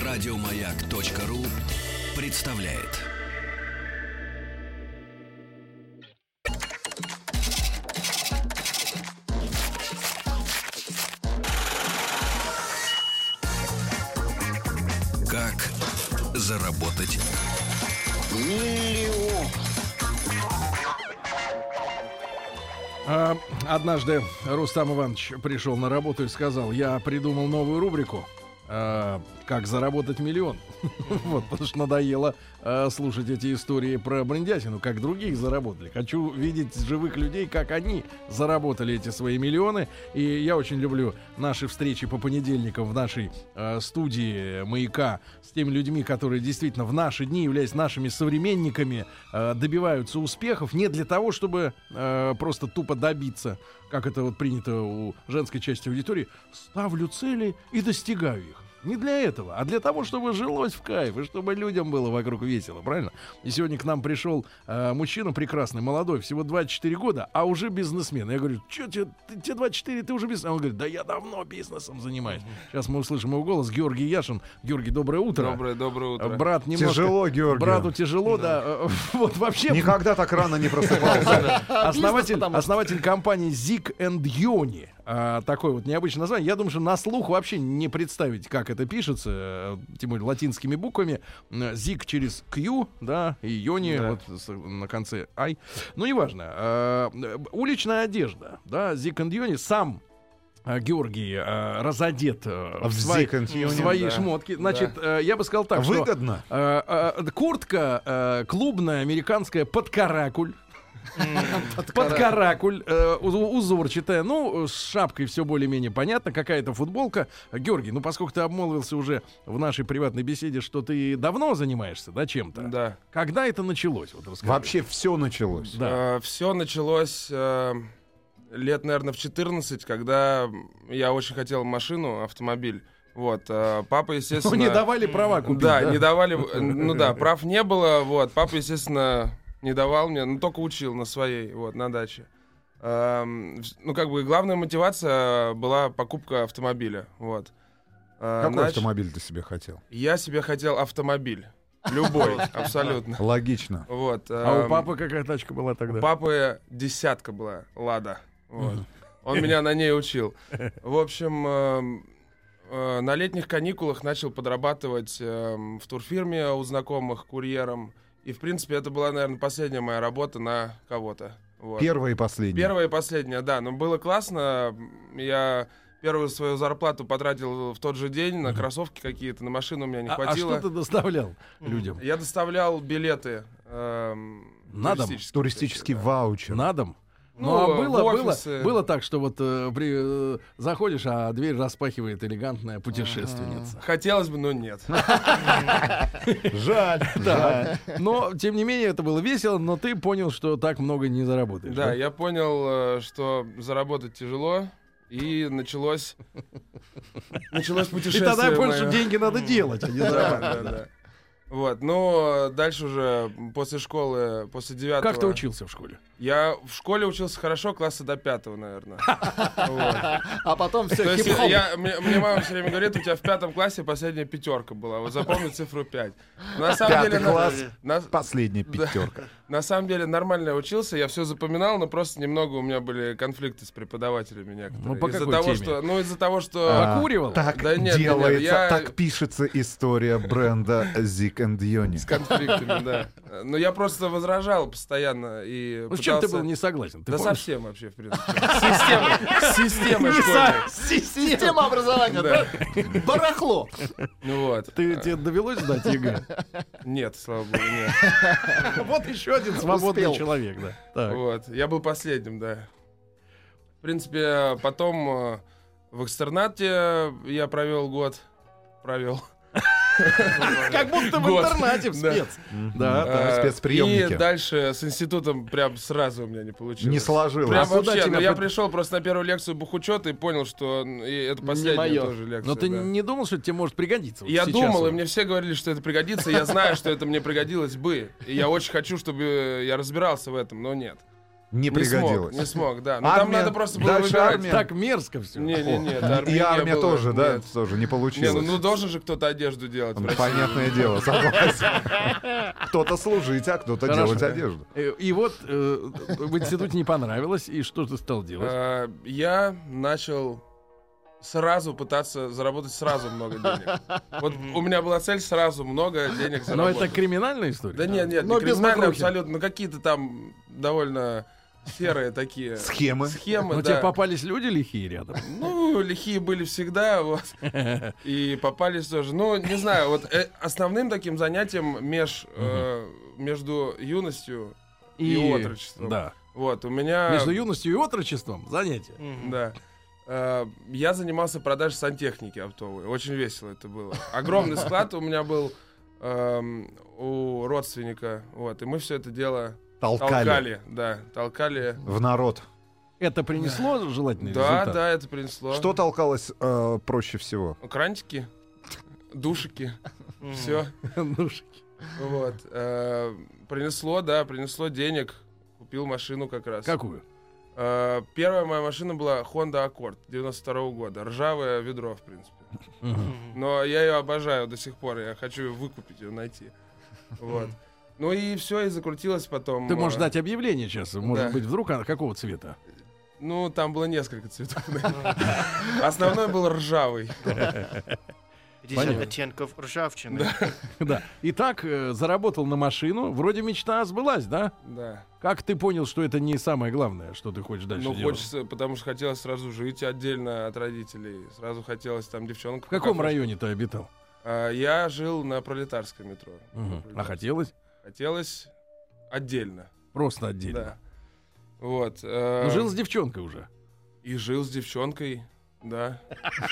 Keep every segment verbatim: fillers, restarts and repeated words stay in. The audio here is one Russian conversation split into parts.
Радиомаяк.ру представляет. Как заработать миллион? А, однажды Рустам Иванович пришел на работу и сказал: я придумал новую рубрику а, «Как заработать миллион». Вот, потому что надоело а, слушать эти истории про брендятину, как другие заработали. Хочу видеть живых людей, как они заработали эти свои миллионы. И я очень люблю наши встречи по понедельникам в нашей а, студии «Маяка» с теми людьми, которые действительно в наши дни, являясь нашими современниками, а, добиваются успехов не для того, чтобы а, просто тупо добиться, как это вот принято у женской части аудитории, ставлю цели и достигаю их. Не для этого, а для того, чтобы жилось в кайф, и чтобы людям было вокруг весело, правильно? И сегодня к нам пришел э, мужчина прекрасный, молодой, всего двадцать четыре года, а уже бизнесмен. Я говорю: что тебе, тебе двадцать четыре, ты уже бизнесмен? Он говорит: да я давно бизнесом занимаюсь. Сейчас мы услышим его голос. Георгий Яшин. Георгий, доброе утро. Доброе, доброе утро. Брат немножко... Тяжело, Георгий. Брату тяжело, да. да. Вот вообще... Никогда так рано не просыпался. Основатель, основатель компании Zig and Yoni. А, такое вот необычное название. Я думаю, что на слух вообще не представить, как это пишется, тем более латинскими буквами. Zig через Q, да, и Йони да. Вот с, на конце I. Ну, неважно. А, уличная одежда, да, Zig and Yoni. Сам а, Георгий а, разодет а, в, свои, в свои да. шмотки. Значит, да. а, я бы сказал так, выгодно. Что а, а, куртка а, клубная, американская, под каракуль. Под, под каракуль, э, узорчатая, ну, с шапкой все более-менее понятно, какая-то футболка. Георгий, ну, поскольку ты обмолвился уже в нашей приватной беседе, что ты давно занимаешься, да, чем-то? Да. Когда это началось? Вот расскажи. Вообще все началось. Да. Э, все началось э, лет, наверное, в четырнадцать, когда я очень хотел машину, автомобиль. Вот, э, папа, естественно... Ну, не давали права купить, да? Да, не давали, ну да, прав не было, вот, папа, естественно... Не давал мне, но только учил на своей, вот, на даче. Эм, ну, как бы, главная мотивация была покупка автомобиля, вот. Э, Какой нач... автомобиль ты себе хотел? Я себе хотел автомобиль. Любой, абсолютно. Логично. Вот. А у папы какая тачка была тогда? У папы десятка была, Лада. Вот. Он меня на ней учил. В общем, на летних каникулах начал подрабатывать в турфирме у знакомых курьером. И, в принципе, это была, наверное, последняя моя работа на кого-то. Вот. Первая и последняя. Первая и последняя, да. Но было классно. Я первую свою зарплату потратил в тот же день на кроссовки какие-то, на машину у меня не хватило. А, а что ты доставлял людям? Я доставлял билеты. Эм, на дом? туристические, Туристический да. ваучер. На дом? Ну, Ну, а было, было, офисы. было так, что вот э, при, э, заходишь, а дверь распахивает элегантная путешественница. Хотелось бы, но нет. Жаль. Да. Но, тем не менее, это было весело, но ты понял, что так много не заработаешь. Да, я понял, э, что заработать тяжело, и началось началось И путешествие. тогда я понял, что мое. деньги надо делать, а не Да, зарабатывать. да, да. Вот, но дальше уже после школы, после девятого... Как ты учился в школе? Я в школе учился хорошо, класса до пятого, наверное. Вот. А потом все То есть хип-хоп. я, мне, мне мама все время говорит: у тебя в пятом классе последняя пятерка была. Вот запомни цифру пять. На самом Пятый деле, класс, на, последняя пятерка. на самом деле нормально учился, я все запоминал, но просто немного у меня были конфликты с преподавателями некоторые. Ну, по из-за какой того, теме? что, ну, из-за того, что... А, Покуривал? Так Да нет, делается, нет, я- так пишется история бренда Zig and Yoni. С конфликтами, да. Но я просто возражал постоянно и Ну, с чем ты пытался- был не согласен? Ты Да помнишь? совсем вообще, в принципе. С системой, с системой школьной. Система образования, да? Барахло. Ну вот. Ты, тебе довелось сдать ЕГЭ? Нет, слава богу, нет. Вот еще один свободный Успел. человек, да. Так. Вот. Я был последним, да. В принципе, потом э, в экстернате я провел год. Провел. Как будто в Год. интернате, в спец. Да, да. Э, спецприемники. И дальше с институтом прям сразу у меня не получилось. Не сложилось. Прям А куда вообще, тебя ну, я под- пришел просто на первую лекцию бухучета и понял, что м, и это последняя моё. тоже лекция. Но ты да. не думал, что это тебе может пригодиться? Вот Я сейчас думал, вот? и мне все говорили, что это пригодится. Я знаю, что это мне пригодилось бы. И я очень хочу, чтобы я разбирался в этом, но нет. Не Не смог, пригодилось. не смог, да. Ну там Армия- надо просто было дальше выбирать. армия. Так мерзко все. Не-не-не, это И Армения армия была- тоже, да, нет. тоже не Не, получилось. ну, ну должен же кто-то одежду делать. в Ну, России. понятное дело, согласен. Кто-то служить, а кто-то Хорошо. делать одежду. Э, И вот э, в институте не понравилось, и что ты стал делать? А, Я начал сразу пытаться заработать сразу много денег. Вот у меня была цель сразу много денег Но заработать. это криминальная история? Да нет, нет, Но не без криминально мокрухи. абсолютно, но какие-то там довольно серые такие Схемы. схемы, Но да. тебе попались люди лихие рядом? Ну, лихие были всегда, вот. И попались тоже. Ну, не знаю, вот э, основным таким занятием меж, э, между юностью и, отрочеством. Да. Вот, у меня... Между юностью и отрочеством занятие. Да. Э, Я занимался продажей сантехники оптовой. Очень весело это было. Огромный склад у меня был эм, у родственника. Вот, и мы все это дело Толкали толкали. Да, толкали. в народ. Это принесло желательный Да, результат? да, это принесло. Что толкалось э, проще всего? Крантики, душики, все. Нушики. Вот. э, Принесло, да, принесло денег. Купил машину как раз. Какую? Э, Первая моя машина была Honda Accord девяносто второго года. Ржавое ведро, в принципе. Но я ее обожаю до сих пор. Я хочу ее выкупить, ее найти. Вот. Ну и все, и закрутилось потом. Ты можешь э, дать объявление сейчас. Может да. быть, вдруг она какого цвета? Ну, там было несколько цветов. Основной был ржавый. Понятно. Оттенков ржавчины. Да. Итак, э, заработал на машину. Вроде мечта сбылась, да? Да. Как ты понял, что это не самое главное, что ты хочешь дальше Ну, делать? хочется, потому что хотелось сразу жить отдельно от родителей. Сразу хотелось там девчонку. В каком районе ты обитал? А, Я жил на Пролетарском метро. Мгм. А хотелось? Хотелось отдельно. Просто отдельно. Да. Вот. э, Ну, жил с девчонкой уже. И жил с девчонкой, да.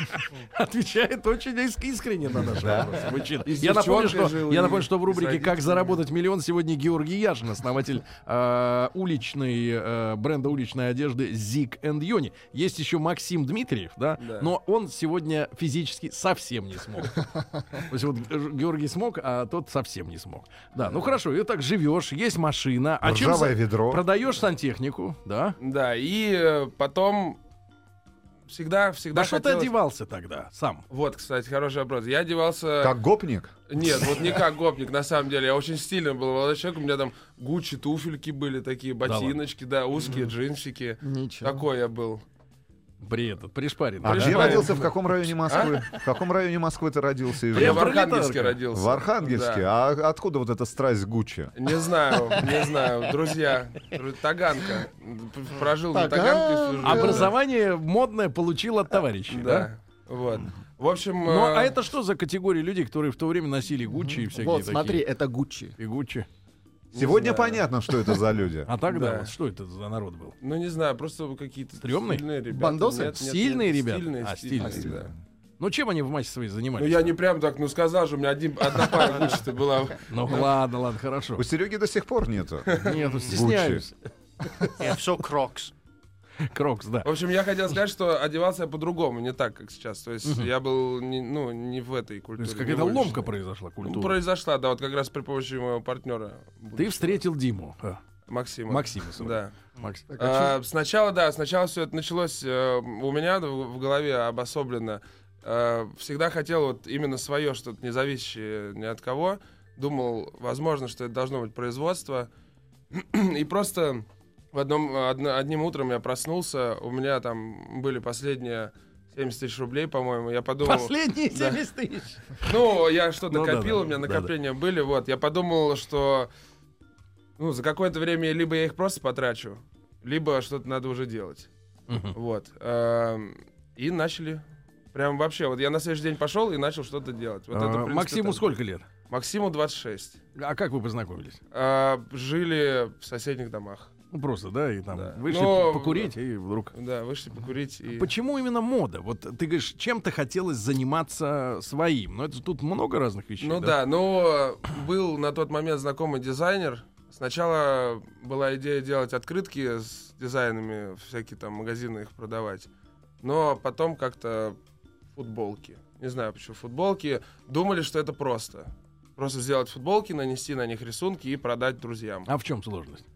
Отвечает очень иск- искренне на наши Да. вопросы. Мужчина. И с Я напомню, девчонкой что, жил, я и напомню, что в с рубрике «Как родителями». заработать миллион» сегодня Георгий Яшин, основатель э, уличной, э, бренда уличной одежды Zik энд Yoni. Есть еще Максим Дмитриев, да? Да. Но он сегодня физически совсем не смог. То есть вот Ж- Георгий смог, а тот совсем не смог. Да, ну хорошо, и так живешь, есть машина. А чем Ржавое за- ведро. продаешь сантехнику, да? Да, и э, потом всегда, всегда Да что ты хотелось- одевался тогда сам? Вот, кстати, хороший вопрос. Я одевался... Как гопник? Нет, вот не как гопник, на самом деле. Я очень стильный был молодой человек. У меня там Гуччи туфельки были такие, ботиночки, да, узкие джинсики. Ничего. Такой я был. Бред, пришпарен. А где Пришпарен. родился? В каком районе Москвы? В каком районе Москвы ты родился и Я Прям в жил? Архангельске пролетарка. родился. В Архангельске? Да. А откуда вот эта страсть к Гуччи? Не знаю, не знаю. Друзья, дру- Таганка. П- Прожил на Таганка. Таганке всю жизнь. Образование модное получил от товарищей, да? Да. Вот. В общем... Ну, э, а это что за категория людей, которые в то время носили Гуччи и всякие Вот, такие? смотри, это Гуччи. И Гуччи. Сегодня знаю. понятно, что это за люди. А тогда Да. вот что это за народ был? Ну, не знаю, просто какие-то Стрёмные? стильные ребята. Бандосы? Нет, нет, Стильные нет, ребята? Стильные, А, стильные, стильные. да. Ну, чем они в массе своей Ну, занимались? я не прям так, ну, сказал же, у меня один, одна пара Гуччи-то была. Ну, ладно, ладно, хорошо. У Сереги до сих пор нету. Нет, ну, стесняюсь. Я все крокс. Крокс, да. В общем, я хотел сказать, что одевался я по-другому, не так, как сейчас. То есть я был, не, ну, не в этой То культуре. есть не какая-то уличной. ломка произошла, Ну, культура. произошла, да, вот как раз при помощи моего партнера. Ты встретил Диму. А, Максима. Максима, sorry. Да. Макс- А, сначала, да, сначала все это началось э, у меня в, в голове обособленно. Э, всегда хотел вот именно свое, что-то не зависящее ни от кого. Думал, возможно, что это должно быть производство. И просто в одном, одно- одним утром я проснулся, у меня там были последние семьдесят тысяч рублей, по-моему. Я подумал... Последние Да. семьдесят тысяч. Ну, я что-то Ну да, копил, да, у меня да, накопления были, вот. Я подумал, что ну, за какое-то время либо я их просто потрачу, либо что-то надо уже делать. Мгм. Вот. Эм, И начали. Прям вообще, вот я на следующий день пошел и начал что-то делать. Вот это, в А, принципе, Максиму так. сколько лет? Максиму двадцать шесть. А как вы познакомились? А, Жили в соседних домах. Ну, просто, да, и там Да. вышли Но- покурить, и вдруг... Да, вышли покурить. И... Почему именно мода? Вот ты говоришь, чем-то хотелось заниматься своим. Но это тут много разных вещей. Ну да, но был на тот момент знакомый дизайнер. Сначала была идея делать открытки с дизайнами, всякие там магазины их продавать. Но потом как-то футболки. Не знаю, почему футболки. Думали, что это просто. Просто сделать футболки, нанести на них рисунки и продать друзьям. А в чем сложность?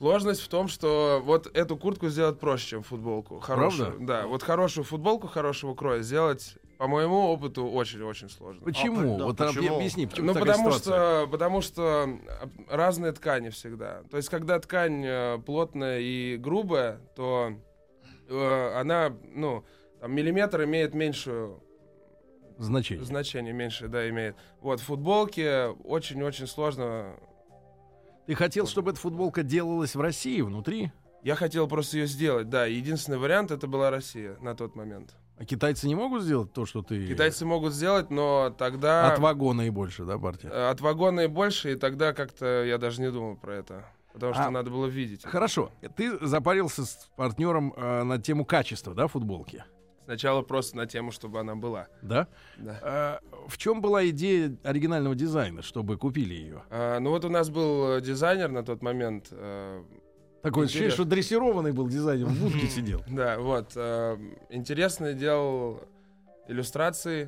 Сложность в том, что вот эту куртку сделать проще, чем футболку. Хорошую, Правда? да. Вот хорошую футболку хорошего кроя сделать, по моему опыту, очень-очень сложно. Почему? А, да, вот почему? объясни, почему Ну, такая потому ситуация? что, потому что разные ткани всегда. То есть, когда ткань э, плотная и грубая, то э, она, ну, там, миллиметр имеет меньшую Значение. значение, меньше, да, имеет. Вот, в футболке очень-очень сложно. Ты хотел, чтобы эта футболка делалась в России внутри? Я хотел просто ее сделать, да. Единственный вариант это была Россия на тот момент. А китайцы не могут сделать то, что ты... Китайцы могут сделать, но тогда... От вагона и больше, да, партия? э, От вагона и больше, и тогда как-то я даже не думал про это. Потому что А, надо было видеть. Хорошо. Ты запарился с партнером э, на тему качества, да, футболки? Сначала просто на тему, чтобы она была. Да? Да. А, в чем была идея оригинального дизайна, чтобы купили ее? А, ну вот у нас был э, дизайнер на тот момент. э, Такое ощущение, Интересно. что дрессированный был дизайнер, в будке сидел. Да, вот. э, интересно делал иллюстрации.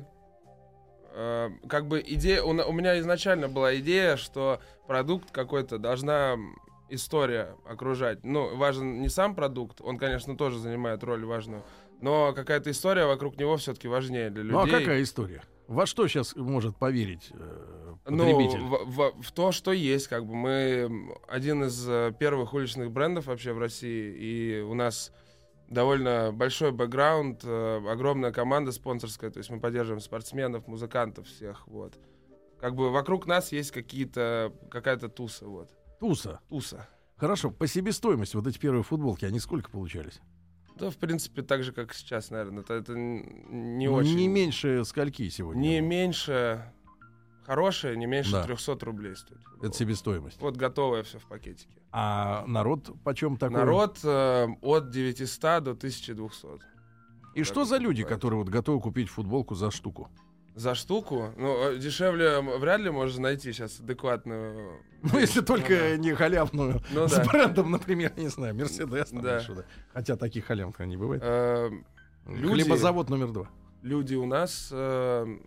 Э, как бы идея... У, на- у меня изначально была идея, что продукт какой-то должна история окружать. Ну, важен не сам продукт, он, конечно, тоже занимает роль важную, но какая-то история вокруг него все-таки важнее для людей. Ну а какая история? Во что сейчас может поверить э, Ну, потребитель? в, в- в то, что есть, как бы мы один из э, первых уличных брендов вообще в России, и у нас довольно большой бэкграунд, э, огромная команда спонсорская, то есть мы поддерживаем спортсменов, музыкантов всех, вот. Как бы вокруг нас есть какие-то какая-то туса, вот. Туса. Туса. Хорошо, по себестоимости вот эти первые футболки, они сколько получались? Да, в принципе, так же, как сейчас, наверное. Это, это н- не Ну, очень. Не меньше скольки сегодня? Не меньше. Хорошая, не меньше Да. трехсот рублей стоит. Это себестоимость. Вот готовое все в пакетике. А народ почем такой? Народ э, от девятисот до тысячи двухсот. И что так за люди, покупают. которые вот готовы купить футболку за штуку? За штуку? Ну, э, дешевле м, вряд ли можно найти сейчас адекватную. Ну, если только да. не халявную. Ну с да. брендом, например, не знаю, Мерседес. там Да. что-то. Хотя таких халявных не бывает. Э, люди- Хлебозавод номер два. люди у нас, э,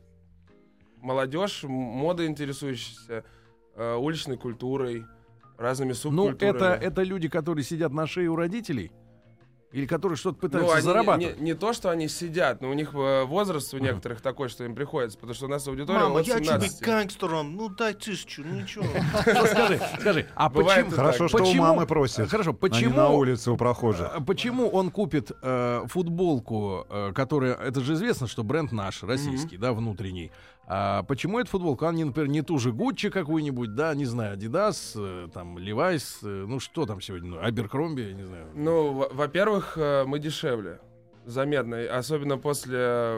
молодежь, м- мода интересующаяся, э, уличной культурой, разными Ну, субкультурами. это, это люди, которые сидят на шее у родителей? Или которые что-то Ну, пытаются они зарабатывать? Не, не то, что они сидят, но у них э, возраст у Мгм. некоторых такой, что им приходится, потому что у нас аудитория Мама, от я хочу быть семнадцати. гангстером. Ну, дай тысячу, ну ничего. Ну, Скажи, скажи, а Бывает почему... и Хорошо, так. что Почему- у мамы просят. Хорошо, А не почему... на улице у прохожих. А Почему он купит э, футболку, э, которая, это же известно, что бренд наш, российский, да, внутренний. А почему эту футболку, а не, например, не ту же Гуччи какую-нибудь, да, не знаю, Adidas, э, там, Levi's, э, ну что там сегодня, ну, Abercrombie, я не знаю. Ну, во- во-первых, э, мы дешевле, заметно, и особенно после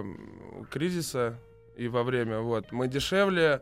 м, кризиса и во время, вот, мы дешевле,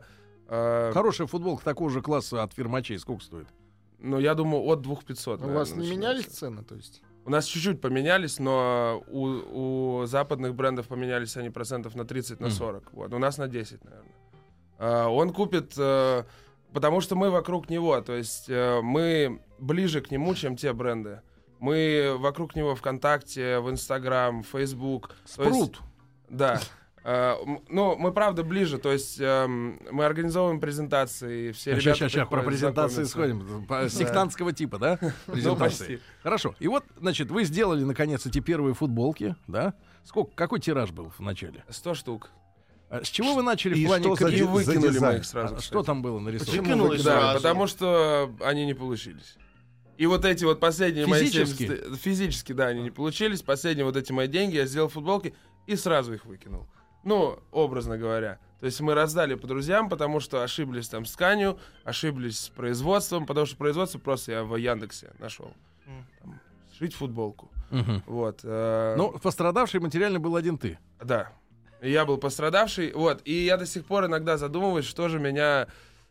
э, Хорошая футболка такого же класса от фирмачей сколько стоит? ну, я думаю, от двух тысяч пятисот. У вас наверное, не менялись начинается. цены, то есть? У нас чуть-чуть поменялись, но у, у западных брендов поменялись они процентов на тридцать, на Мгм. сорок. Вот. У нас на десять, наверное. А, он купит, э, потому что мы вокруг него, то есть э, мы ближе к нему, чем те бренды. Мы вокруг него ВКонтакте, в Инстаграм, в Фейсбук. То есть- Спрут. Да. А, м, ну, мы правда ближе, то есть эм, мы организовываем презентации, все ребята Сейчас, сейчас, сейчас, про приходят, презентации знакомятся. сходим. По- Сектантского типа, да? Ну, Презентации. почти. Хорошо. И вот, значит, вы сделали, наконец, эти первые футболки, да? Сколько, какой тираж был в начале? сто штук. А с чего вы начали И в плане что за И ди- кредит- выкинули мы дизайн? их сразу. А кстати. Что там было нарисовано? Почему выкинули Да, сразу? потому что они не получились. И вот эти вот последние Физически? мои семьдесят... Физически, да, они не получились. Последние вот эти мои деньги я сделал футболки и сразу их выкинул. Ну, образно говоря. То есть мы раздали по друзьям, потому что ошиблись там с тканью, ошиблись с производством, потому что производство просто я в Яндексе нашел. М. Там, сшить футболку. Мгм. Вот. э, Ну, пострадавший материально был один ты. Да. Я был пострадавший. Вот. И я до сих пор иногда задумываюсь, что же меня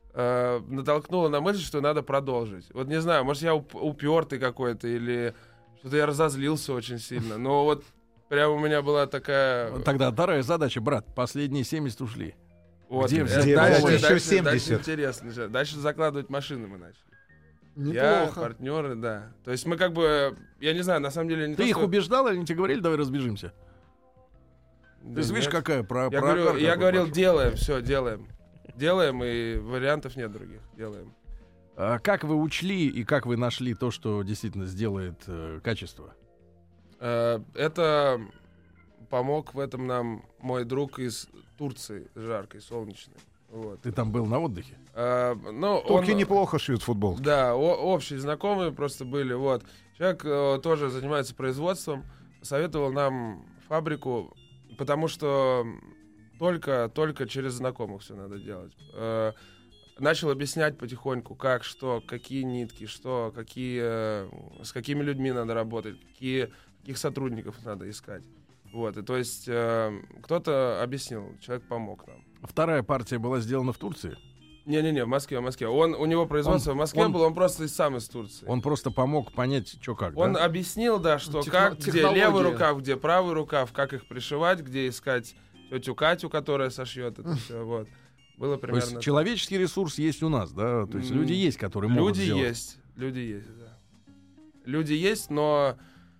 э, натолкнуло на мысль, что надо продолжить. Вот не знаю, может, я уп- упертый какой-то, или что-то я разозлился очень сильно. Но вот прям у меня была такая... Тогда вторая задача, брат. Последние семьдесят ушли. Вот, где э, взять Где дальше, взять еще дальше- семьдесят? Дальше интересно. сейчас. Дальше закладывать машины мы начали. Я, Неплохо. партнеры, да. То есть мы как бы... Я не знаю, на самом деле... Не Ты то, их что- убеждал, или они тебе говорили, давай разбежимся? Да Ты же видишь, нет. какая про Я, про говорю, агар я какой говорил, пошел. делаем, все, делаем. Делаем, и вариантов нет других. Делаем. А как вы учли и как вы нашли то, что действительно сделает э, качество? Э, Это помог в этом нам мой друг из Турции, жаркой, солнечной. Вот. Ты там был на отдыхе? Э, ну, Турки он- неплохо шьют футбол. Да, о- общие знакомые просто были. Вот. Человек э, тоже занимается производством, советовал нам фабрику, потому что только, только через знакомых все надо делать. Э, начал объяснять потихоньку, как, что, какие нитки, что, какие, э, с какими людьми надо работать, какие, каких сотрудников надо искать. Вот, и то есть э, кто-то объяснил, человек помог нам. Вторая партия была сделана в Турции. Не-не-не, в Москве, в Москве. Он, у него производство Он- в Москве он- было, он просто и сам из Турции. Он просто помог понять, что как. Он да? объяснил, да, что Техно- как, где технология. левый рукав, где правый рукав, как их пришивать, где искать тетю Катю, которая сошьет это все, вот. Было То примерно есть так. человеческий ресурс есть у нас, да? То есть М, люди есть, которые могут Люди сделать. есть, люди есть, да. Люди есть, но,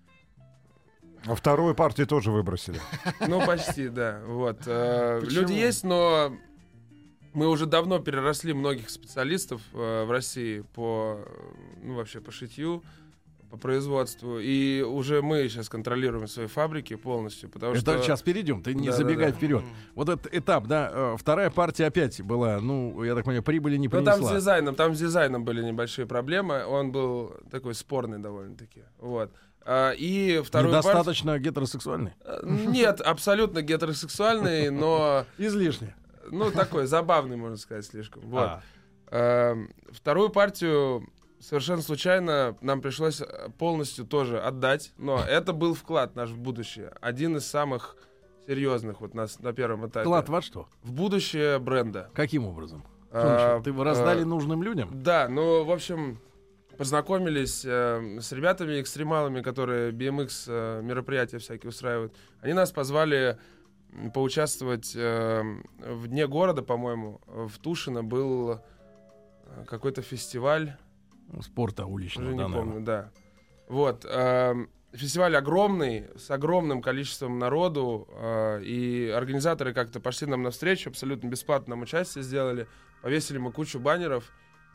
А вторую партию тоже выбросили. ну, почти, да, вот. Э, Почему? Люди есть, но мы уже давно переросли многих специалистов э, в России по, э, ну, вообще по шитью, по производству, и уже мы сейчас контролируем свои фабрики полностью, потому Это что... сейчас перейдем, ты не Да, да, забегай да. вперед. Вот этот этап, да, э, вторая партия опять была, ну, я так понимаю, прибыли не Ну, принесла. там с дизайном, там с дизайном были небольшие проблемы. Он был такой спорный довольно-таки. Вот. А, и вторую Недостаточно гетеросексуальный? партию- Нет, абсолютно гетеросексуальный, но Излишне. ну такой забавный, можно сказать, слишком. Вот. А, А, вторую партию совершенно случайно нам пришлось полностью тоже отдать, но это был вклад наш в будущее. Один из самых серьезных вот нас на первом этапе. вклад во что? В будущее бренда. Каким образом? А, Солнышко, ты вы раздали а, нужным людям? Да, ну, в общем, познакомились э, с ребятами, экстремалами, которые би эм икс э, мероприятия всякие устраивают. Они нас позвали м, поучаствовать э, в Дне города, по-моему. В Тушино был э, какой-то фестиваль, Ну, спорта уличного, уже да, не наверное. помню, да. Вот. э, Фестиваль огромный, с огромным количеством народу, э, и организаторы как-то пошли нам навстречу, абсолютно бесплатно нам участие сделали, повесили мы кучу баннеров,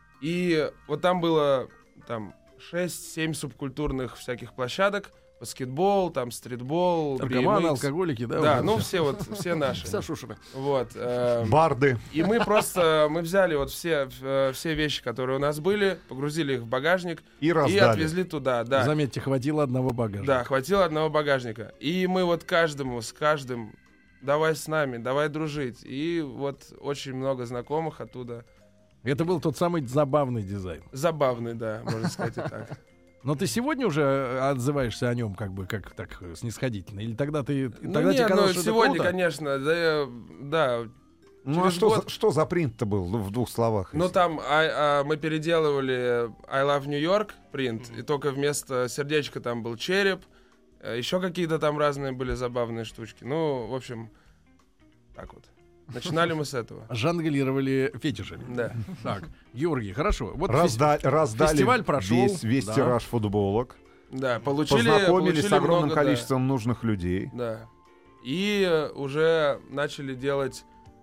и вот там было там шесть-семь субкультурных всяких площадок, баскетбол, там стритбол, Наркоманы, би эм икс. алкоголики, да? Да, вот ну это все вот, все наши. Вся шушера. Вот. э, Барды. И мы просто, мы взяли вот все, э, все вещи, которые у нас были, погрузили их в багажник И и раздали. отвезли туда, да. Заметьте, хватило одного багажа. Да, хватило одного багажника. И мы вот каждому, с каждым, давай с нами, давай дружить. И вот очень много знакомых оттуда. Это был тот самый забавный дизайн. Забавный, да, можно сказать и так. Но ты сегодня уже отзываешься о нем как бы как так э, снисходительно? Или тогда ты Ну тогда тебе нет, ну казалось, что это сегодня, круто? конечно, да, я- да. Ну а через что, год- за, что за принт-то был, ну, в двух словах? Ну если? там а- а, мы переделывали I Love New York принт, и только вместо сердечка там был череп, э, еще какие-то там разные были забавные штучки. Ну, в общем, так вот. Начинали мы с этого. Жонглировали фетишами. Да. Так, Георгий, хорошо. Вот Разда- фес- раздали фестиваль прошел. весь, весь да. тираж футболок. Да, получили, Познакомились получили с огромным много, да. количеством нужных людей. Да. И э, уже начали делать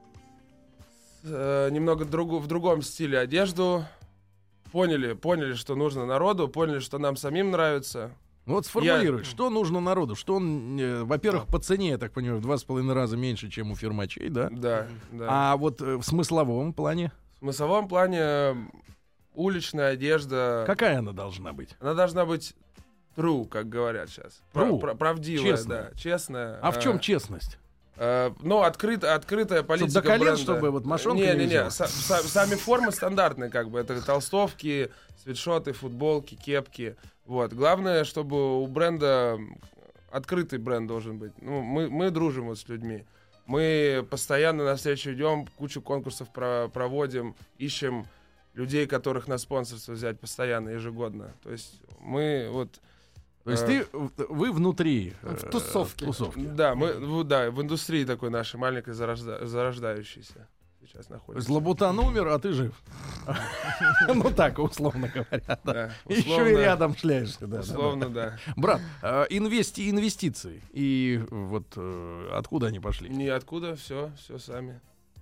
э, немного другу, в другом стиле одежду. Поняли, поняли, что нужно народу, поняли, что нам самим нравится. Ну вот сформулируй, Я- что нужно народу? Что он, э, во-первых, по цене, я так понимаю, в два с половиной раза меньше, чем у фирмачей, да? Да, да. А вот э, в смысловом плане, В смысловом плане э, уличная одежда, какая она должна быть? она должна быть true, как говорят сейчас. True. правдивая, Честная. да, честная. А в чем Э, честность? Э, ну, открыто, открытая политика до колен, бренда. чтобы вот мошонка не Не-не-не, висела? са- са- сами формы стандартные, как бы. Это толстовки, свитшоты, футболки, кепки. Вот. Главное, чтобы у бренда открытый бренд должен быть. Ну, мы, мы дружим вот с людьми. Мы постоянно навстречу идем, кучу конкурсов про- проводим, ищем людей, которых на спонсорство взять постоянно, ежегодно. То есть мы вот... То есть э, ты, вы внутри э, В тусовке. тусовки. Да, мы в- да, в индустрии такой нашей маленькой зарожда- зарождающейся сейчас То есть находится. Лабутан умер, а ты жив. Ну так, условно говоря. да. Да, Еще и условно- рядом шляешься. да, да, да. Условно, да. Брат, э, инвести- инвестиции. И вот э, откуда они пошли? Ниоткуда, все, все сами.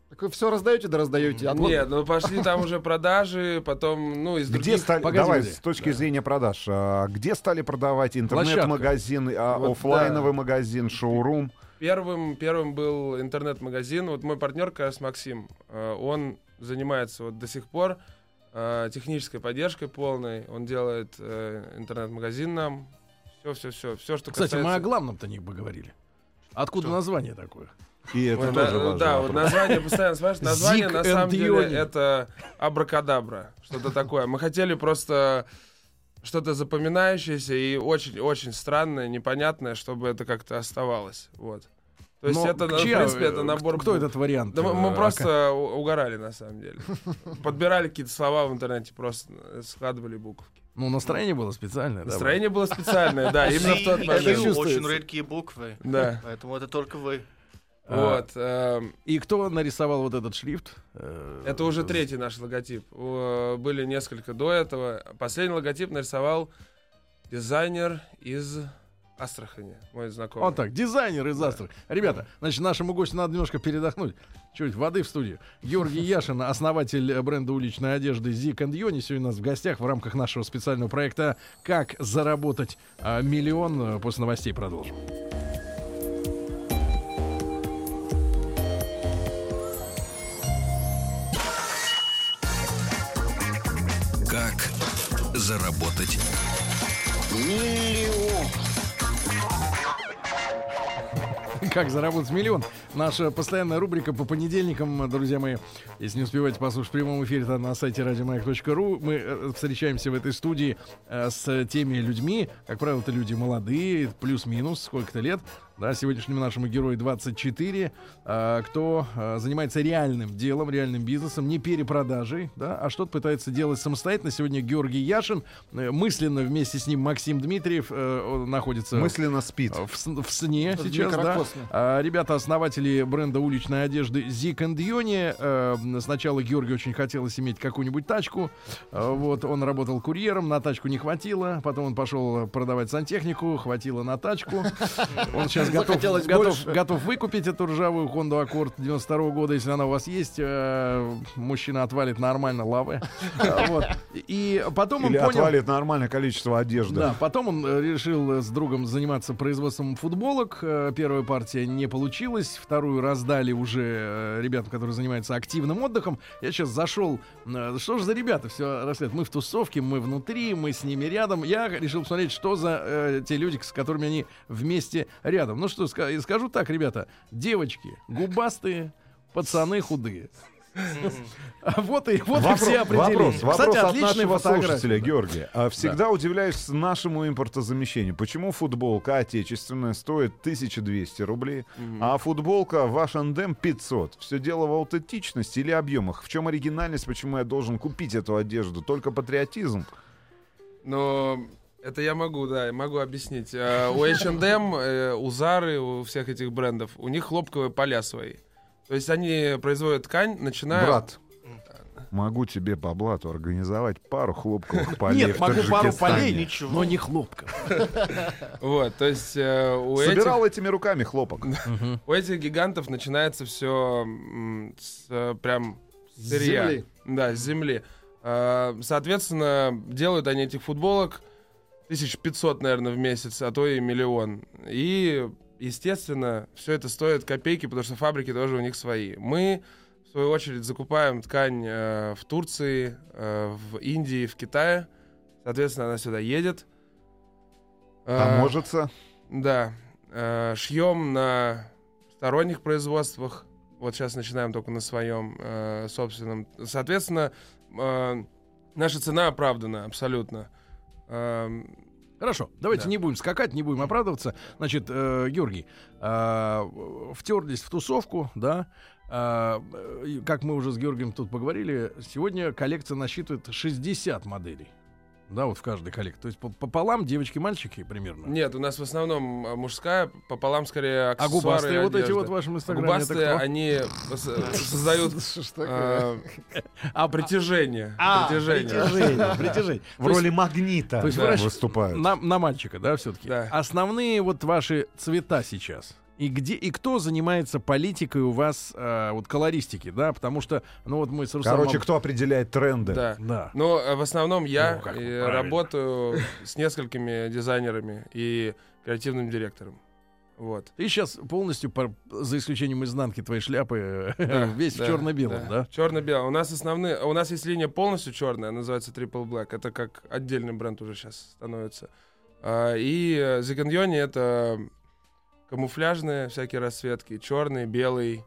Так вы все раздаете, да раздаете. Одно- Нет, ну пошли там уже продажи, потом, ну, из Где других... стали, Погоди, давай, погоди. с точки зрения продаж, а, где стали продавать Площадка. интернет-магазин, а, Вот оффлайновый да. магазин, шоурум? Первым, первым был интернет-магазин. Вот мой партнер, как раз Максим, э, он занимается вот до сих пор э, технической поддержкой полной. Он делает э, интернет-магазин нам. Все-все-все. Все, что Кстати, касается... мы о главном-то не поговорили. Откуда Что? название такое? И это Ой, тоже да, важный да, вот вопрос. название постоянно спрашивают. Название, Zig на and самом деле, Yoni. это абракадабра. Что-то такое. Мы хотели просто что-то запоминающееся и очень-очень странное, непонятное, чтобы это как-то оставалось. Вот. То есть Но это, ну, в чья- принципе, это набор... Кто букв. этот вариант? Да мы, мы э, просто у- угорали, на самом деле. Подбирали какие-то слова в интернете, просто складывали буковки. Ну, настроение было специальное, да? Настроение было специальное, да, именно в тот Зи и момент. Ю чувствуется. очень редкие буквы. Да. Поэтому это только вы. А, Вот. эм, И кто нарисовал вот этот шрифт? Э, Это уже третий наш логотип. О, Были несколько до этого. Последний логотип нарисовал дизайнер из Астрахани, мой знакомый. Вот так, дизайнер из Астрахани. Ребята, значит, нашему гостю надо немножко передохнуть. Чуть воды в студию. Георгий Яшин, основатель бренда уличной одежды Zig and Yoni, сегодня у нас в гостях в рамках нашего специального проекта «Как заработать а, миллион». После новостей продолжим. Как заработать «Как заработать миллион». Наша постоянная рубрика по понедельникам, друзья мои. Если не успеваете послушать в прямом эфире, то на сайте радиомаяк точка ру. Мы э, встречаемся в этой студии э, с теми людьми, как правило, это люди молодые, плюс-минус, сколько-то лет. Да, сегодняшнему нашему герою двадцать четыре, э, кто э, занимается реальным делом, реальным бизнесом, не перепродажей, да, а что-то пытается делать самостоятельно. Сегодня Георгий Яшин, э, мысленно вместе с ним Максим Дмитриев э, находится Мысленно спит. в, с- в сне В сейчас, да. микрокосме. А, ребята, основатели бренда уличной одежды Zig and Yoni. Э, сначала Георгию очень хотелось иметь какую-нибудь тачку. Э, вот, он работал курьером, на тачку не хватило. Потом он пошел продавать сантехнику, хватило на тачку. Он сейчас готов, Захотелось готов, больше. готов выкупить эту ржавую Honda Accord девяносто второго года, если она у вас есть. Э, мужчина отвалит нормально лавы. Э, вот. И потом он Или понял... отвалит нормальное количество одежды. Да, потом он э, решил э, с другом заниматься производством футболок. Э, Первая партия не получилась, вторую раздали уже э, ребятам, которые занимаются активным отдыхом. Я сейчас зашел, э, что же за ребята все рассказывают. Мы в тусовке, мы внутри, мы с ними рядом. Я решил посмотреть, что за э, те люди, с которыми они вместе рядом. Ну что, ска- скажу так, ребята, девочки губастые, пацаны худые. Вот и вот и Вопрос, все определения. вопрос, Кстати, вопрос от отличные нашего фотографии. слушателя, Георгий. А всегда удивляюсь нашему импортозамещению. Почему футболка отечественная стоит тысяча двести рублей, а футболка в эйч энд эм пятьсот? Все дело в аутентичности или объемах? В чем оригинальность? Почему я должен купить эту одежду? Только патриотизм? Но это я могу, да, я могу объяснить. Э, У эйч энд эм, э, у Zara, у всех этих брендов, у них хлопковые поля свои. То есть они производят ткань, начиная... Брат, могу тебе по блату организовать пару хлопковых полей Нет, в могу пару Таджикистане. полей, Ничего. но не хлопка. Вот, то есть э, у, этих, Собирал этими руками хлопок. у этих гигантов начинается все с э, прям с сырья. земли. Да, с земли. Э, Соответственно, делают они этих футболок тысяч пятьсот, наверное, в месяц, а то и миллион. И, естественно, все это стоит копейки, потому что фабрики тоже у них свои. Мы, в свою очередь, закупаем ткань э, в Турции, э, в Индии, в Китае. Соответственно, она сюда едет. Э, Таможится. Да. Э, шьем на сторонних производствах. Вот сейчас начинаем только на своем э, собственном. Соответственно, э, наша цена оправдана абсолютно. Э, Хорошо, давайте Да. не будем скакать, не будем оправдываться. Значит, э, Георгий, э, втерлись в тусовку, да. Э, э, как мы уже с Георгием тут поговорили, сегодня коллекция насчитывает шестьдесят моделей. Да, вот в каждой коллекции. То есть по- пополам девочки-мальчики примерно. Нет, у нас в основном э, мужская, пополам скорее А аксессуары губастые и вот эти одежда. вот в вашем инстаграме, Губастые, это кто? они сос- создают э, А, притяжение. А, Притяжение. притяжение, притяжение. В роли магнита. То есть Да. вы расщ- Выступают. на, на мальчика, да, все-таки. Да. Основные вот ваши цвета сейчас. И где и кто занимается политикой у вас, э, вот колористики, да? Потому что, ну вот мы с Рустамом... Короче, кто определяет тренды? Да. Да. Но э, в основном я Ну, как бы, э, правильно. работаю с несколькими дизайнерами и креативным директором. Вот. Ты сейчас полностью, по- за исключением изнанки твоей шляпы, Да, весь да, в черно-белом, да? Черно-белом. У нас основные, у нас есть линия полностью черная, называется Triple Black. Это как отдельный бренд уже сейчас становится. А, и э, Зиканьони — это камуфляжные всякие расцветки, черный, белый,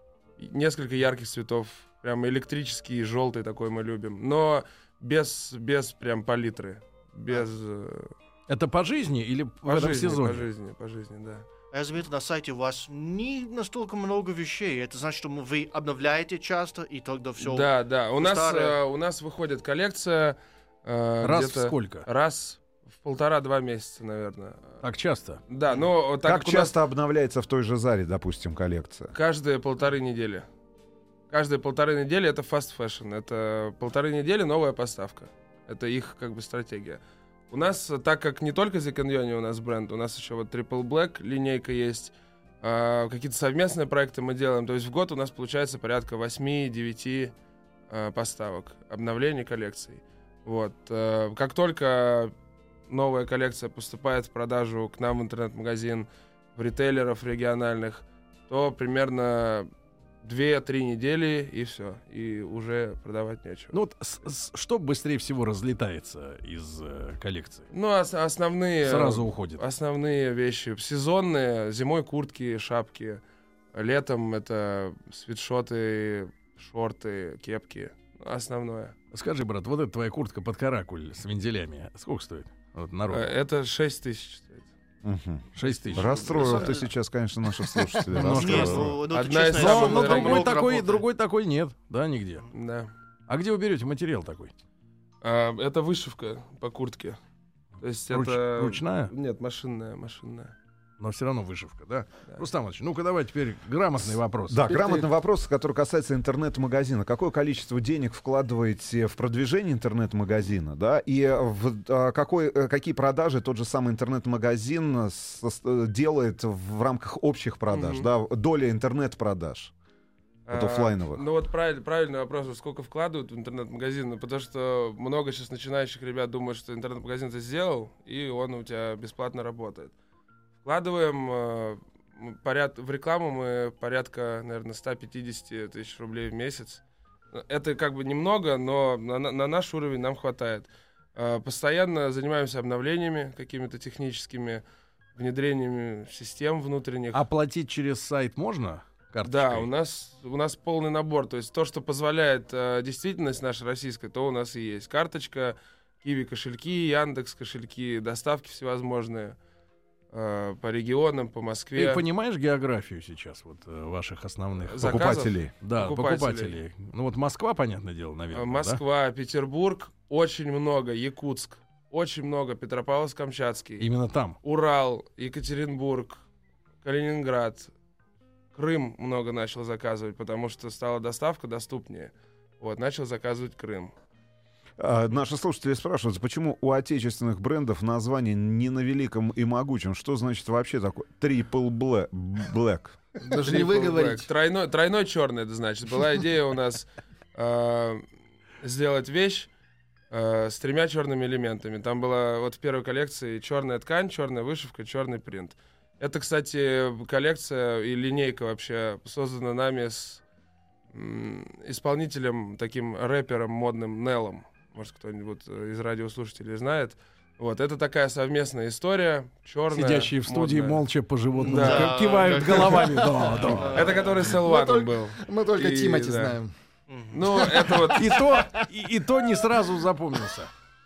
и несколько ярких цветов, прям электрический, желтый такой мы любим, но без без прям палитры, без э, Это по жизни или в по этом жизни, сезоне? по жизни, по жизни, да. Я заметил, на сайте у вас не настолько много вещей. Это значит, что вы обновляете часто, и тогда все... Да, да. У нас, старое. э, у нас выходит коллекция э, Раз в где-то сколько? раз в полтора-два месяца, наверное. Так часто? Да, но так Как как у нас часто обновляется в той же Заре, допустим, коллекция? каждые полторы недели. Каждые полторы недели это fast fashion. Это полторы недели новая поставка. Это их как бы стратегия. У нас, э, так как не только Зиканьони у нас бренд, у нас еще вот Triple Black линейка есть. а, какие-то совместные проекты мы делаем. То есть в год у нас получается порядка восемь-девять а, поставок, обновлений коллекций. Вот. э, Как только новая коллекция поступает в продажу к нам в интернет-магазин, в ритейлеров региональных, то примерно две-три недели, и все. И уже продавать нечего. Ну вот с- с- что быстрее всего разлетается из э, коллекции? Ну, ос- основные... Сразу уходит. Основные вещи. Сезонные. Зимой куртки, шапки. Летом это свитшоты, шорты, кепки. Основное. Скажи, брат, вот эта твоя куртка под каракуль с вензелями, сколько стоит? Вот народ. Э, Это шесть тысяч стоит. Мгм. шесть тысяч. Расстроил Да. ты сейчас, конечно, наших слушателей. Немножко Нет, Расстроил. ну, ну, Одна из честно, Но, самых я но дорогих. другой, много такой, работаю. другой такой нет, да, нигде. Да. А где вы берете материал такой? А, это вышивка по куртке. То есть Руч- это... ручная? Нет, машинная, машинная. Но все равно вышивка, да? Да. Рустам Иванович, ну-ка давай теперь грамотный вопрос. Да, Теперь грамотный ты- вопрос, который касается интернет-магазина. Какое количество денег вкладываете в продвижение интернет-магазина, да, и в, а, какой, э, какие продажи тот же самый интернет-магазин с- с- делает в рамках общих продаж, Мгм. да, доля интернет-продаж? Вот А, оффлайновых. Ну вот правильный, правильный вопрос, вот сколько вкладывают в интернет-магазин, ну, потому что много сейчас начинающих ребят думают, что интернет-магазин это сделал, и он у тебя бесплатно работает. Вкладываем э, м, поряд... в рекламу мы порядка, наверное, сто пятьдесят тысяч рублей в месяц. Это как бы немного, но на, на- на наш уровень нам хватает. Э, постоянно занимаемся обновлениями какими-то техническими, внедрениями систем внутренних. Оплатить через сайт можно? Карточкой? Да, у нас, у нас полный набор. То есть то, что позволяет э, действительность наша российская, то у нас и есть. Карточка, Киви кошельки, Яндекс кошельки, доставки всевозможные э, по регионам, по Москве. Ты понимаешь географию сейчас вот э, ваших основных Заказов? Покупателей. да, покупателей. покупателей? Ну вот Москва, понятное дело, Э, наверное. Москва, Петербург, очень много, Якутск, очень много, Петропавловск-Камчатский, да? Именно там. Урал, Екатеринбург, Калининград, Крым много начал заказывать, потому что стала доставка доступнее. Вот, начал заказывать Крым. А, наши слушатели спрашивают, почему у отечественных брендов название не на великом и могучем? Что значит вообще такое Triple Bla- Black? Даже не Triple вы Black. говорите. Тройной, тройной черный, это значит. Была идея у нас э, сделать вещь э, с тремя черными элементами. Там была вот в первой коллекции черная ткань, черная вышивка, черный принт. Это, кстати, коллекция и линейка вообще создана нами с м, исполнителем, таким рэпером модным Неллом. Может, кто-нибудь из радиослушателей знает. Вот, это такая совместная история, черная, Сидящие в студии модная. молча по животному Да. к- кивают головами. Да, да. Это который с Мы Элваном только- был. Мы только И, Тимати да. знаем. Ну, это вот... И то, и, и то не сразу запомнился.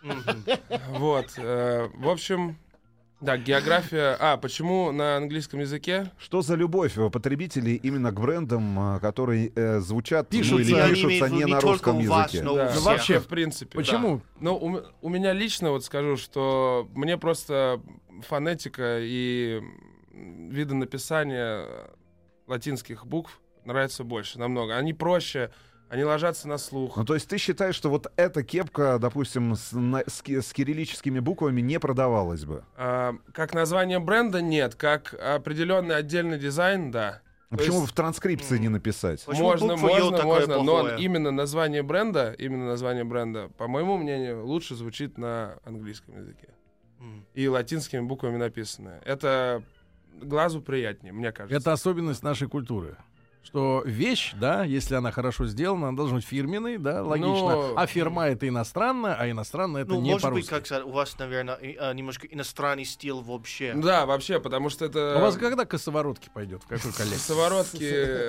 Вот. э, В общем, да, география... А, почему на английском языке? Что за любовь у потребителей именно к брендам, а, которые э, звучат ну, Пишутся. или Я пишутся имею в виду не не на только русском у вас, языке? но у Да, всех. вообще, в принципе. Почему? Да. Ну, у, м- у меня лично вот скажу, что мне просто фонетика и м, виды написания латинских букв нравятся больше, намного. Они проще, они ложатся на слух. Ну, то есть ты считаешь, что вот эта кепка, допустим, с, на- с ки- с кириллическими буквами не продавалась бы? А, как название бренда нет, как определенный отдельный дизайн, да. А То почему есть- в транскрипции не написать? Почему Можно, буква «Ё» можно, такое можно, но плохое? именно название бренда, именно название бренда, по моему мнению, лучше звучит на английском языке. М. И латинскими буквами написано. Это глазу приятнее, мне кажется. Это особенность нашей культуры. Что вещь, да, если она хорошо сделана, она должна быть фирменной, да, логично. Но- А фирма это иностранная, а иностранная это Ну, не может быть, по-русски. как сказать, у вас, наверное, и, а, немножко иностранный стиль вообще. Да, вообще, потому что это... У вас когда косоворотки пойдет? В какой коллекции? Косоворотки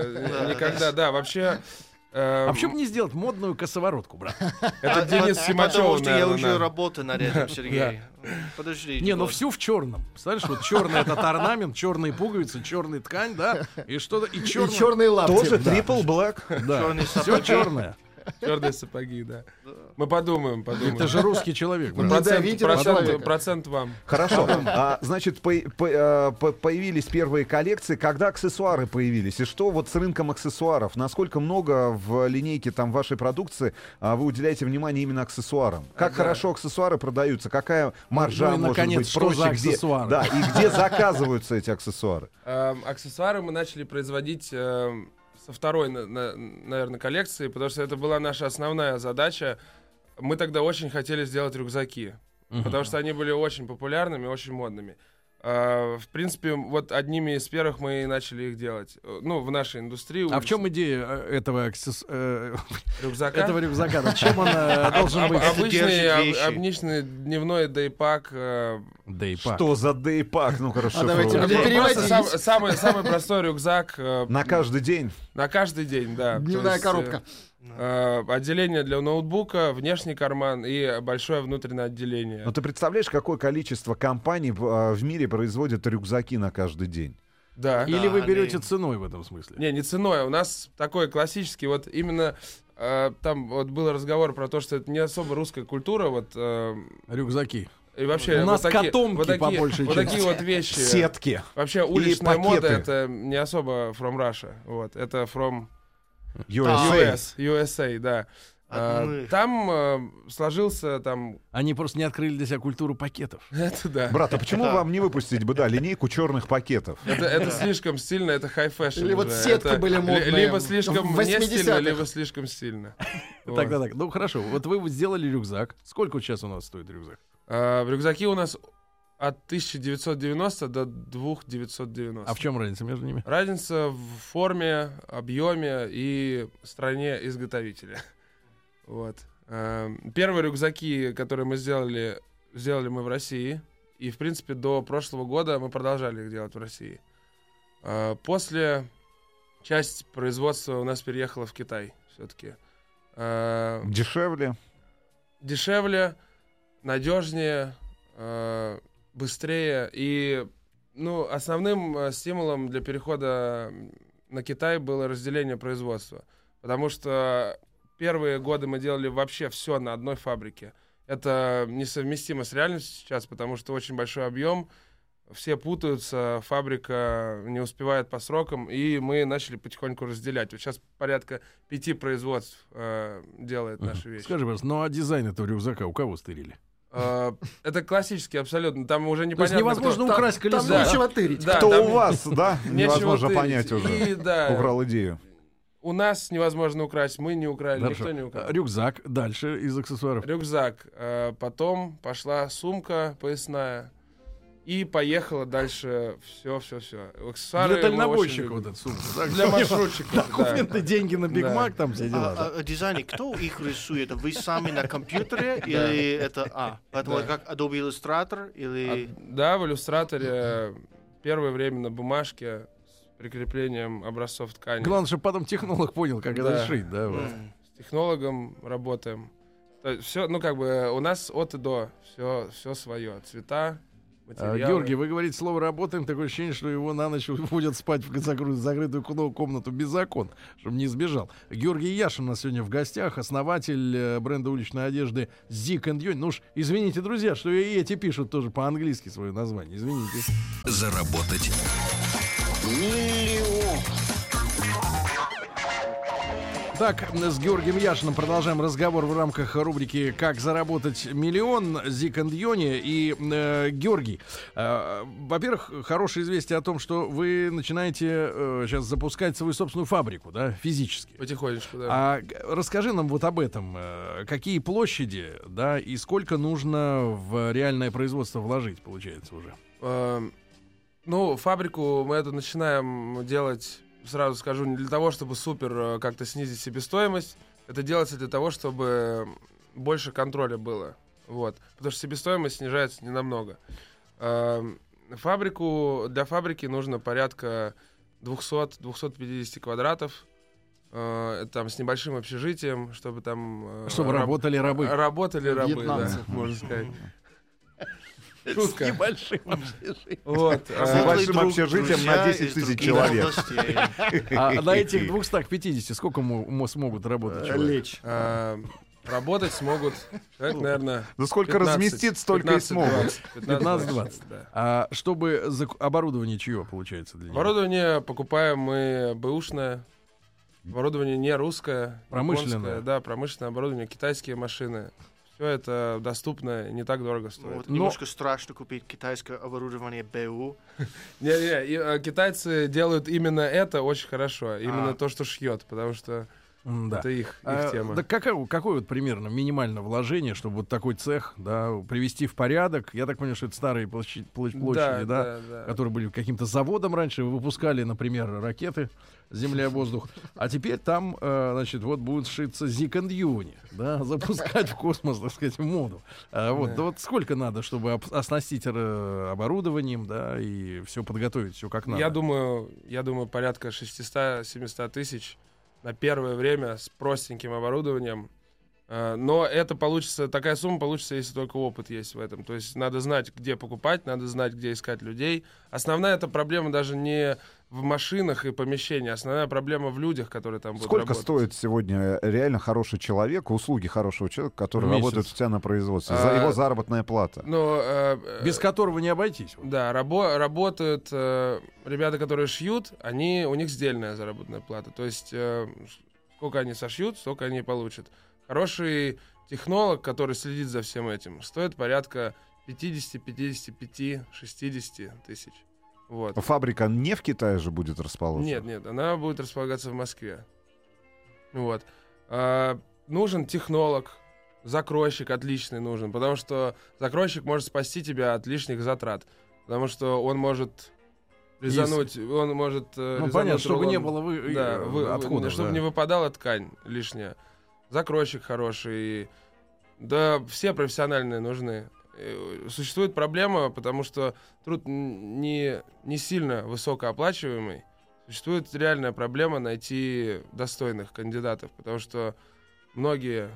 э, никогда, да, вообще... э, А почему бы не сделать модную косоворотку, брат? Это А, Денис по- Симачев, Потому что я наверное, уже да. работаю над этим, Сергей. Подождите. Не, ну вот. всю в черном. Представляешь, вот черный этот орнамент, черные пуговицы, черная ткань, да, и что-то, и И черный. черные лапти. Тоже Да. Triple Black? Да, Черные все сапоги. черное. Черные сапоги, да. Мы подумаем, подумаем. Это же русский человек, брат. Не Процент, давите на процент, человека. процент вам. Хорошо. А, значит, по- по- э, по- появились первые коллекции. Когда аксессуары появились? И что вот с рынком аксессуаров? Насколько много в линейке там вашей продукции а, вы уделяете внимание именно аксессуарам? Как Да. хорошо аксессуары продаются? Какая маржа Ну и, может наконец, быть? что проще, за где- аксессуары? Да, и где заказываются эти аксессуары? Эм, аксессуары мы начали производить эм, со второй, на- на- наверное, коллекции, потому что это была наша основная задача. Мы тогда очень хотели сделать рюкзаки, потому что они были очень популярными, очень модными. Э, в принципе, вот одними из первых мы и начали их делать. Э, Ну, в нашей индустрии. А в чем идея э, этого, аксесс- э, рюкзака? этого рюкзака? Да, чем он э, должен Об- быть? обычный, держит об- вещи. обычный дневной дейпак. э, Дейпак. Что за дейпак? Ну хорошо. А давайте это будем просто переводить. сам- самый, самый простой рюкзак э, На каждый день. на каждый день, да. То Дневная есть, э, коробка. э, отделение для ноутбука, внешний карман и большое внутреннее отделение. Но ты представляешь, какое количество компаний в, а, в мире производят рюкзаки на каждый день? Да. Или вы Да, берете они- ценой в этом смысле? Не, не ценой. У нас такой классический, вот именно э, там вот был разговор про то, что это не особо русская культура, вот э, Рюкзаки. и вообще У нас вот такие, котомки вот такие, по большей вот части. такие вот вещи. Сетки. Вообще уличная пакеты. мода это не особо from Russia, вот это from ю А, эс ю эй. эс, ю эс эй, да. А А, мы- Там э, сложился там, Они просто не открыли для себя культуру пакетов. это да. Брат, а почему Да. вам не выпустить бы, да, линейку черных пакетов? Это, это слишком стильно, это хай-фэшн. Или вот уже. сетки Это были ли- модные Либо в слишком не восьмидесятых. стильно, либо слишком стильно. Вот. Тогда так. Ну хорошо, вот вы вот сделали рюкзак. Сколько сейчас у нас стоит рюкзак? А, в рюкзаке у нас от тысяча девятьсот девяносто до две тысячи девятьсот девяносто. А в чем разница между ними? Разница в форме, объеме и стране изготовителя. Вот. А, Первые рюкзаки, которые мы сделали, сделали мы в России. И, в принципе, до прошлого года мы продолжали их делать в России. А, После часть производства у нас переехала в Китай все-таки. Дешевле? Дешевле, надежнее, э, быстрее. И ну, основным э, стимулом для перехода на Китай было разделение производства. Потому что первые годы мы делали вообще все на одной фабрике. Это несовместимо с реальностью сейчас, потому что очень большой объем. Все путаются, фабрика не успевает по срокам, и мы начали потихоньку разделять. Вот сейчас порядка пяти производств э, делает наши вещи. Скажи, пожалуйста, ну а дизайн этого рюкзака у кого стырили? Э, Это классический абсолютно. Там уже То есть непонятно, невозможно кто- украсть колесо. Там Да. нечего тырить. Да, Кто там у вас, да? нечего Невозможно тырить. понять уже. И, да, Украл идею. у нас невозможно украсть, мы не украли, Хорошо. никто не украл. Рюкзак, дальше из аксессуаров. Рюкзак. Э, Потом пошла сумка поясная. И поехала дальше все, все, все. Аксессуары Для мы дальнобойщика очень вот любим. эта сумка. да? Для маршрутчиков. да. Куплены деньги на Биг Да. Мак, там все дела. да. А, а, дизайны, кто их рисует? Вы сами на компьютере или это... А, поэтому Да. как Adobe Illustrator или... А, да, в иллюстраторе первое время на бумажке с прикреплением образцов ткани. Главное, чтобы потом технолог понял, как это Да. шить. Да, вот. М. С технологом работаем. Все, ну как бы у нас от и до все, все свое. Цвета, А, материалы. Георгий, вы говорите слово «работаем», такое ощущение, что его на ночь будет спать в закры- закрытую ку- комнату без закон, чтобы не сбежал. Георгий Яшин у нас сегодня в гостях, основатель э, бренда уличной одежды Zik энд Yoni. Ну уж, извините, друзья, что и эти пишут тоже по-английски свое название. Извините. Заработать. Так, с Георгием Яшиным продолжаем разговор в рамках рубрики «Как заработать миллион» Zik and Yoni. И, э, Георгий, э, во-первых, хорошее известие о том, что вы начинаете э, сейчас запускать свою собственную фабрику, да, физически. Потихонечку, да. А расскажи нам вот об этом. Э, какие площади, да, и сколько нужно в реальное производство вложить, получается, уже? Э, ну, фабрику мы эту начинаем делать... Сразу скажу, не для того, чтобы супер как-то снизить себестоимость. Это делается для того, чтобы больше контроля было. Вот. Потому что себестоимость снижается ненамного. Фабрику, для фабрики нужно порядка двести-двести пятьдесят квадратов. Там с небольшим общежитием, чтобы там... Чтобы раб- работали рабы. Работали рабы, да, можно сказать. Шутка. С небольшим общежитием. Вот. С небольшим общежитием на десять тысяч человек. А на этих двести пятьдесят сколько смогут работать человек? Лечь. Работать смогут, человек, наверное... Да сколько разместит, столько и смогут. пятнадцать-двадцать. А чтобы оборудование чье получается для него? Оборудование покупаем мы бэушное. Оборудование не русское. Промышленное. Да, промышленное оборудование, китайские машины. Все это доступно, не так дорого стоит. Вот, немножко страшно купить китайское оборудование БУ. Не-не, китайцы делают именно это очень хорошо. Именно А. то, что шьет, потому что Да. это их, их А, тема. да какое, какое вот примерно минимальное вложение, чтобы вот такой цех, да, привести в порядок? Я так понимаю, что это старые площади, площади, да, да, да. которые были каким-то заводом раньше, выпускали, например, ракеты земля-воздух, а теперь там, э, значит, вот будут шиться Zik and Yoni, да, запускать в космос, так сказать, моду. А, вот, Да. да вот сколько надо, чтобы об- оснастить э, оборудованием, да, и все подготовить, все как надо? Я думаю, я думаю, порядка шестьсот-семьсот тысяч на первое время с простеньким оборудованием. А, Но это получится, такая сумма получится, если только опыт есть в этом. То есть надо знать, где покупать, надо знать, где искать людей. Основная эта проблема даже не в машинах и помещениях, основная проблема в людях, которые там будут Сколько работать. стоит сегодня реально хороший человек, услуги хорошего человека, который В месяц. работает у тебя на производстве? За А, его заработная плата. Но, э, э, Без которого не обойтись. Вот. Да, рабо- работают э, ребята, которые шьют, они, у них сдельная заработная плата. То есть э, сколько они сошьют, столько они и получат. Хороший технолог, который следит за всем этим, стоит порядка пятьдесят, пятьдесят пять, шестьдесят тысяч. Вот. Фабрика не в Китае же будет расположена? Нет, нет, она будет располагаться в Москве. Вот. А, нужен технолог, закройщик отличный нужен, потому что закройщик может спасти тебя от лишних затрат, потому что он может резануть, он может э, Ну, резануть понятно, чтобы рулон. не было вы, Да, э, вы- вы- отходов. чтобы да. не выпадала ткань лишняя. Закройщик хороший. Да, все профессиональные нужны. Э, Существует проблема, потому что труд н- не, не сильно высокооплачиваемый. Существует реальная проблема найти достойных кандидатов, потому что многие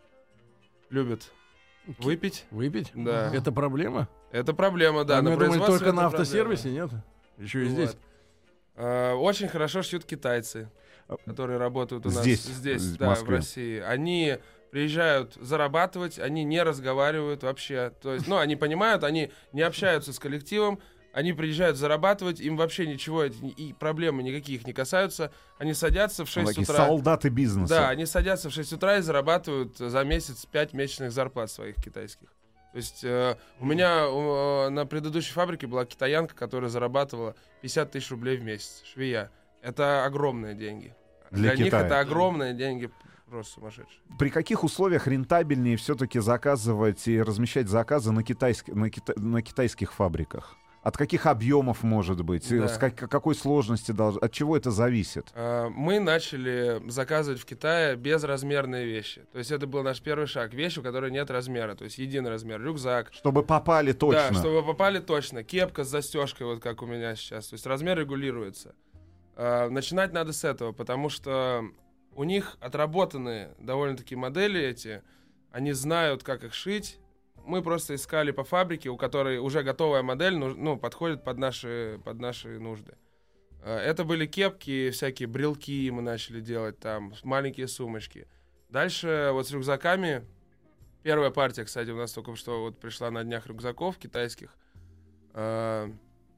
любят выпить. Выпить? Да. Это проблема? Это проблема, да. А мы на думали, производстве только на это проблема. автосервисе, нет? Еще и здесь. Вот. А, Очень хорошо шьют китайцы, которые работают у нас Здесь, здесь, в да, в Москве. России. Они приезжают зарабатывать, они не разговаривают вообще. То есть, ну, они понимают, они не общаются с коллективом, они приезжают зарабатывать, им вообще ничего эти- и проблемы никаких не касаются. Они садятся в шесть Такие утра. солдаты бизнеса. Да, они садятся в шесть утра и зарабатывают за месяц пять месячных зарплат своих китайских. То есть э, у меня э, на предыдущей фабрике была китаянка, которая зарабатывала пятьдесят тысяч рублей в месяц, швея. Это огромные деньги. Для них Китая. это огромные деньги, просто сумасшедшие. При каких условиях рентабельнее все-таки заказывать и размещать заказы на, китайск- на, кита- на китайских фабриках? От каких объемов может быть? Да. С как- какой сложности долж... От чего это зависит? Э, Мы начали заказывать в Китае безразмерные вещи. То есть это был наш первый шаг. Вещь, у которой нет размера. То есть единый размер. Рюкзак. Чтобы попали точно. Да, чтобы попали точно. Кепка с застежкой, вот как у меня сейчас. То есть размер регулируется. Э, Начинать надо с этого, потому что у них отработанные довольно-таки модели эти. Они знают, как их шить. Мы просто искали по фабрике, у которой уже готовая модель, ну, ну, подходит под наши, под наши нужды. Э, Это были кепки, всякие брелки мы начали делать там, маленькие сумочки. Дальше вот с рюкзаками. Первая партия, кстати, у нас только что вот пришла на днях рюкзаков китайских. Э,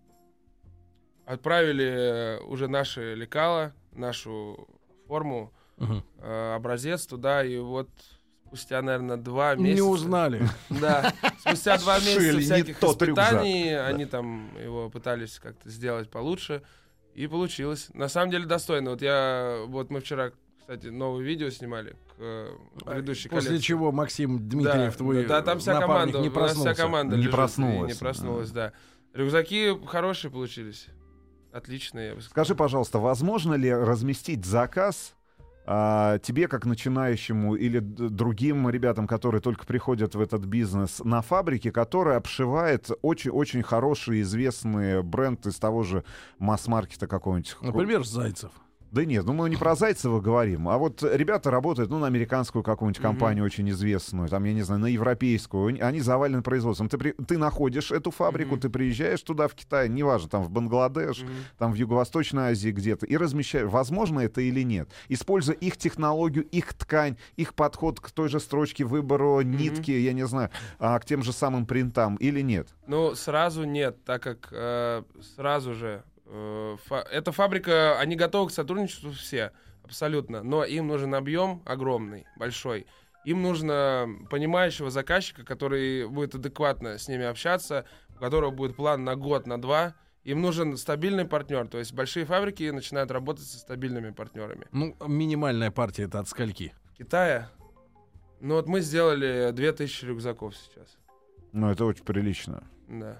Отправили уже наши лекала, нашу форму. Мгм. э, образец туда, и вот спустя, наверное, два месяца... Не узнали. Да, спустя два месяца Шили не всяких тот испытаний они там его пытались как-то сделать получше, и получилось. На самом деле достойно. Вот я, вот мы вчера, кстати, новое видео снимали к э, предыдущей После коллекции. чего Максим Дмитриев, Да, твой да, там вся напарник, команда, не у нас вся проснулся. команда Не лежит и проснулась. не проснулась, да. Рюкзаки хорошие получились, отличные. Я бы сказал. Скажи, пожалуйста, возможно ли разместить заказ а, тебе, как начинающему, или д- другим ребятам, которые только приходят в этот бизнес, на фабрике, которая обшивает очень-очень хороший известный бренд из того же масс-маркета какого-нибудь? Например, Зайцев. Да нет, ну мы не про Зайцева говорим, а вот ребята работают, ну, на американскую какую-нибудь Мгм. компанию очень известную, там, я не знаю, на европейскую, они завалены производством. Ты, при- ты находишь эту фабрику, Мгм. ты приезжаешь туда, в Китай, неважно, там, в Бангладеш, Мгм. там, в Юго-Восточной Азии где-то, и размещаешь. Возможно это или нет? Используя их технологию, их ткань, их подход к той же строчке выбору нитки, я не знаю, а, к тем же самым принтам, или нет? Ну, сразу нет, так как э, сразу же э, фа- эта фабрика, они готовы к сотрудничеству все, абсолютно, но им нужен объем огромный, большой. Им нужно понимающего заказчика, который будет адекватно с ними общаться, у которого будет план на год, на два. Им нужен стабильный партнер, то есть большие фабрики начинают работать со стабильными партнерами. Ну, минимальная партия это от скольки? Китая, ну вот мы сделали две тысячи рюкзаков сейчас. Ну, это очень прилично. Да.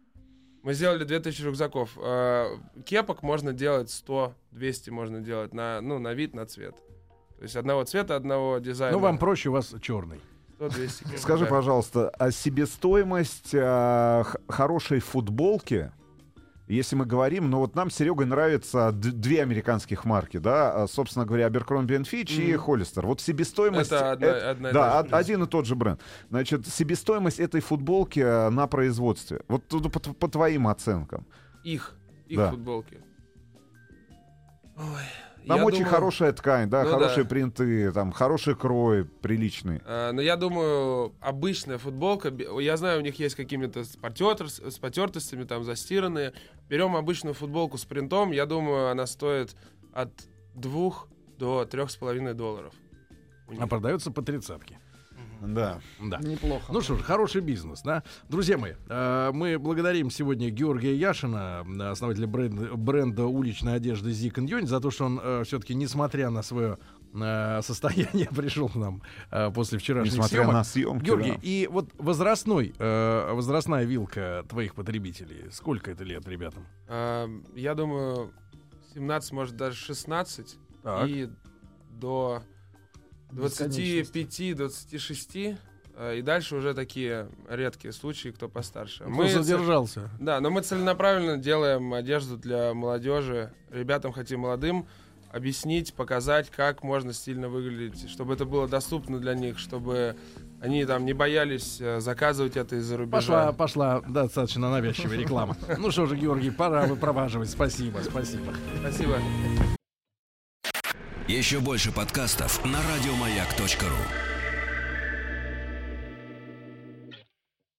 Мы сделали две тысячи рюкзаков. Э, Кепок можно делать сто-двести можно делать на, ну, на вид, на цвет. То есть одного цвета, одного дизайна. Ну, вам проще, у вас черный. сто-двести кепок, Скажи, да. пожалуйста, а себестоимость а, х- хорошей футболки, если мы говорим, ну вот нам с Серегой нравятся д- две американских марки, да, а, собственно говоря, Abercrombie энд Fitch и Мгм. Холлистер. Вот себестоимость... Это одна- э- одна и да, та же, од- в принципе. один и тот же бренд. Значит, себестоимость этой футболки а, на производстве, вот тут по, по твоим оценкам. Их, их Да. футболки. Ой, Там я очень думаю, хорошая ткань, да, Ну хорошие да. принты, там хороший крой, приличный. э, но я думаю, обычная футболка, бе- я знаю, у них есть какими-то с, потертос- с потертостями, там, застиранные. Берем обычную футболку с принтом, я думаю, она стоит от двух до трех с половиной долларов. У них. А продается по тридцатке. Да. Да. Неплохо. Ну что ж, хороший бизнес, да? Друзья мои, э, мы благодарим сегодня Георгия Яшина, э, основателя бренда, бренда уличной одежды Zik энд Joint, за то, что он э, все-таки, несмотря на свое э, состояние, пришел к нам э, после вчерашних Несмотря съемок. на съемки. Георгий, да. и вот возрастной, э, возрастная вилка твоих потребителей, сколько это лет ребятам? А, я думаю, семнадцать, может, даже шестнадцать. Так. И до двадцати пяти - двадцати шести. а, И дальше уже такие редкие случаи, кто постарше. Кто задержался? Да, но мы целенаправленно делаем одежду для молодежи. Ребятам, хотим молодым, объяснить, показать, как можно стильно выглядеть, чтобы это было доступно для них, чтобы они там не боялись э, заказывать это из-за рубежа. Пошла, пошла достаточно навязчивая реклама. Ну что же, Георгий, пора выпроваживать. Спасибо, спасибо. Спасибо. Еще больше подкастов на радиомаяк точка ру.